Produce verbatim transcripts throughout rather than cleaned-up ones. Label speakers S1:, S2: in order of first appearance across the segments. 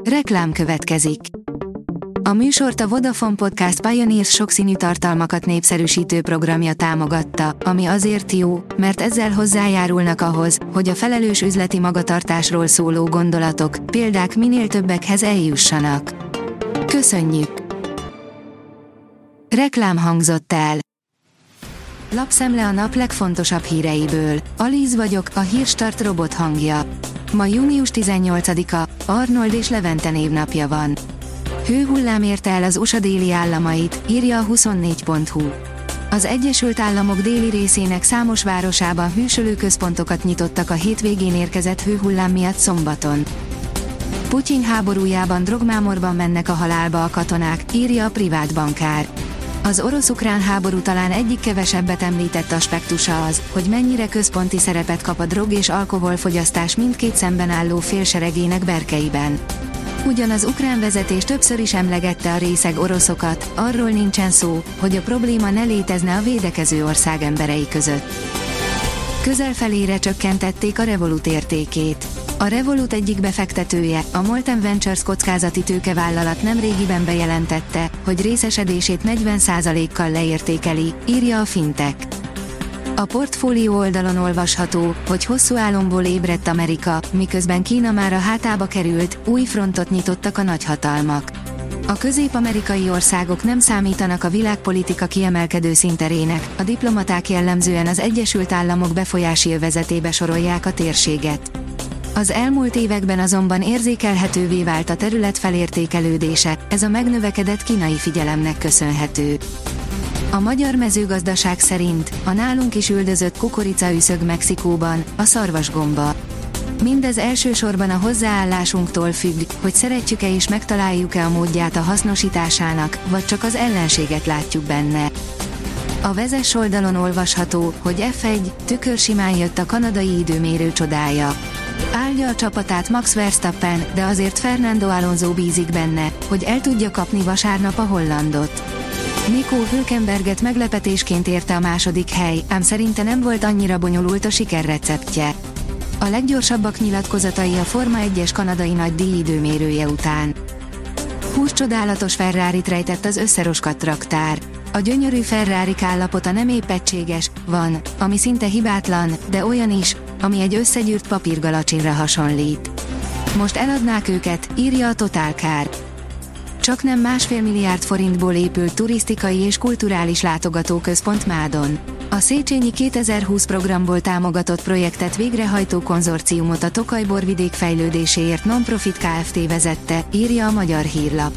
S1: Reklám következik. A műsort a Vodafone Podcast Pioneers sokszínű tartalmakat népszerűsítő programja támogatta, ami azért jó, mert ezzel hozzájárulnak ahhoz, hogy a felelős üzleti magatartásról szóló gondolatok, példák minél többekhez eljussanak. Köszönjük! Reklám hangzott el. Lapszemle a nap legfontosabb híreiből. Alíz vagyok, a Hírstart robot hangja. Ma június tizennyolcadika, Arnold és Levente névnapja van. Hőhullám érte el az u es á déli államait, írja a huszonnégy pont hu. Az Egyesült Államok déli részének számos városában hűsölőközpontokat nyitottak a hétvégén érkezett hőhullám miatt szombaton. Putyin háborújában drogmámorban mennek a halálba a katonák, írja a privát bankár. Az orosz-ukrán háború talán egyik kevesebbet említett aspektusa az, hogy mennyire központi szerepet kap a drog- és alkoholfogyasztás mindkét szemben álló félseregének berkeiben. Ugyan az ukrán vezetés többször is emlegette a részeg oroszokat, arról nincsen szó, hogy a probléma ne létezne a védekező ország emberei között. Közel felére csökkentették a Revolut értékét. A Revolut egyik befektetője, a Molten Ventures kockázati tőkevállalat nemrégiben bejelentette, hogy részesedését negyven százalékkal leértékeli, írja a Fintech. A portfólió oldalon olvasható, hogy hosszú álomból ébredt Amerika, miközben Kína már a hátába került, új frontot nyitottak a nagyhatalmak. A közép-amerikai országok nem számítanak a világpolitika kiemelkedő szinterének, a diplomaták jellemzően az Egyesült Államok befolyási övezetébe sorolják a térséget. Az elmúlt években azonban érzékelhetővé vált a terület felértékelődése, ez a megnövekedett kínai figyelemnek köszönhető. A magyar mezőgazdaság szerint a nálunk is üldözött kukoricaüszög Mexikóban, a szarvasgomba. Mindez elsősorban a hozzáállásunktól függ, hogy szeretjük-e és megtaláljuk-e a módját a hasznosításának, vagy csak az ellenséget látjuk benne. A Vezess oldalon olvasható, hogy ef egy, tükörsimán jött a kanadai időmérő csodája. Áldja a csapatát Max Verstappen, de azért Fernando Alonso bízik benne, hogy el tudja kapni vasárnap a hollandot. Nico Hülkenberget meglepetésként érte a második hely, ám szerinte nem volt annyira bonyolult a siker receptje. A leggyorsabbak nyilatkozatai a Forma egyes kanadai nagydíj időmérője után. húsz csodálatos Ferrarit rejtett az összeroskadt raktár. A gyönyörű Ferrarik állapota nem épp egységes, van, ami szinte hibátlan, de olyan is, ami egy összegyűrt papírgalacsinra hasonlít. Most eladnák őket, írja a Total Car. Csaknem másfél milliárd forintból épült turisztikai és kulturális látogatóközpont Mádon. A Széchenyi kétezer-húsz programból támogatott projektet végrehajtó konzorciumot a Tokaj-borvidék fejlődéséért non-profit Kft. Vezette, írja a Magyar Hírlap.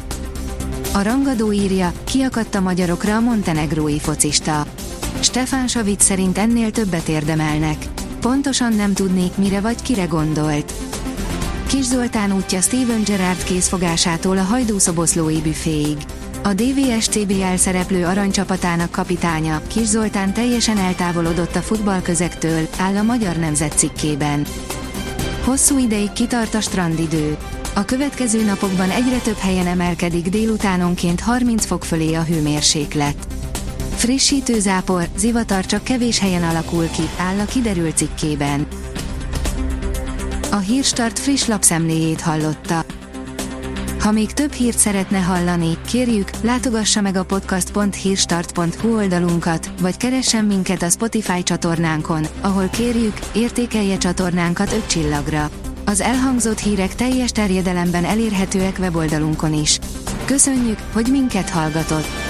S1: A rangadó írja, kiakadt a magyarokra a montenegrói focista. Stefan Savic szerint ennél többet érdemelnek. Pontosan nem tudni, mire vagy kire gondolt. Kis Zoltán útja Steven Gerrard kézfogásától a hajdúszoboszlói büféig. A dé vé es cé bé el szereplő aranycsapatának kapitánya, Kis Zoltán teljesen eltávolodott a futballközegtől, áll a Magyar Nemzet cikkében. Hosszú ideig kitart a strandidő. A következő napokban egyre több helyen emelkedik délutánonként harminc fok fölé a hőmérséklet. Frissítő zápor, zivatar csak kevés helyen alakul ki, áll a kiderült cikkében. A Hírstart friss lapszemléjét hallotta. Ha még több hírt szeretne hallani, kérjük, látogassa meg a podcast pont hírstart pont hu oldalunkat, vagy keressen minket a Spotify csatornánkon, ahol kérjük, értékelje csatornánkat öt csillagra. Az elhangzott hírek teljes terjedelemben elérhetőek weboldalunkon is. Köszönjük, hogy minket hallgatott!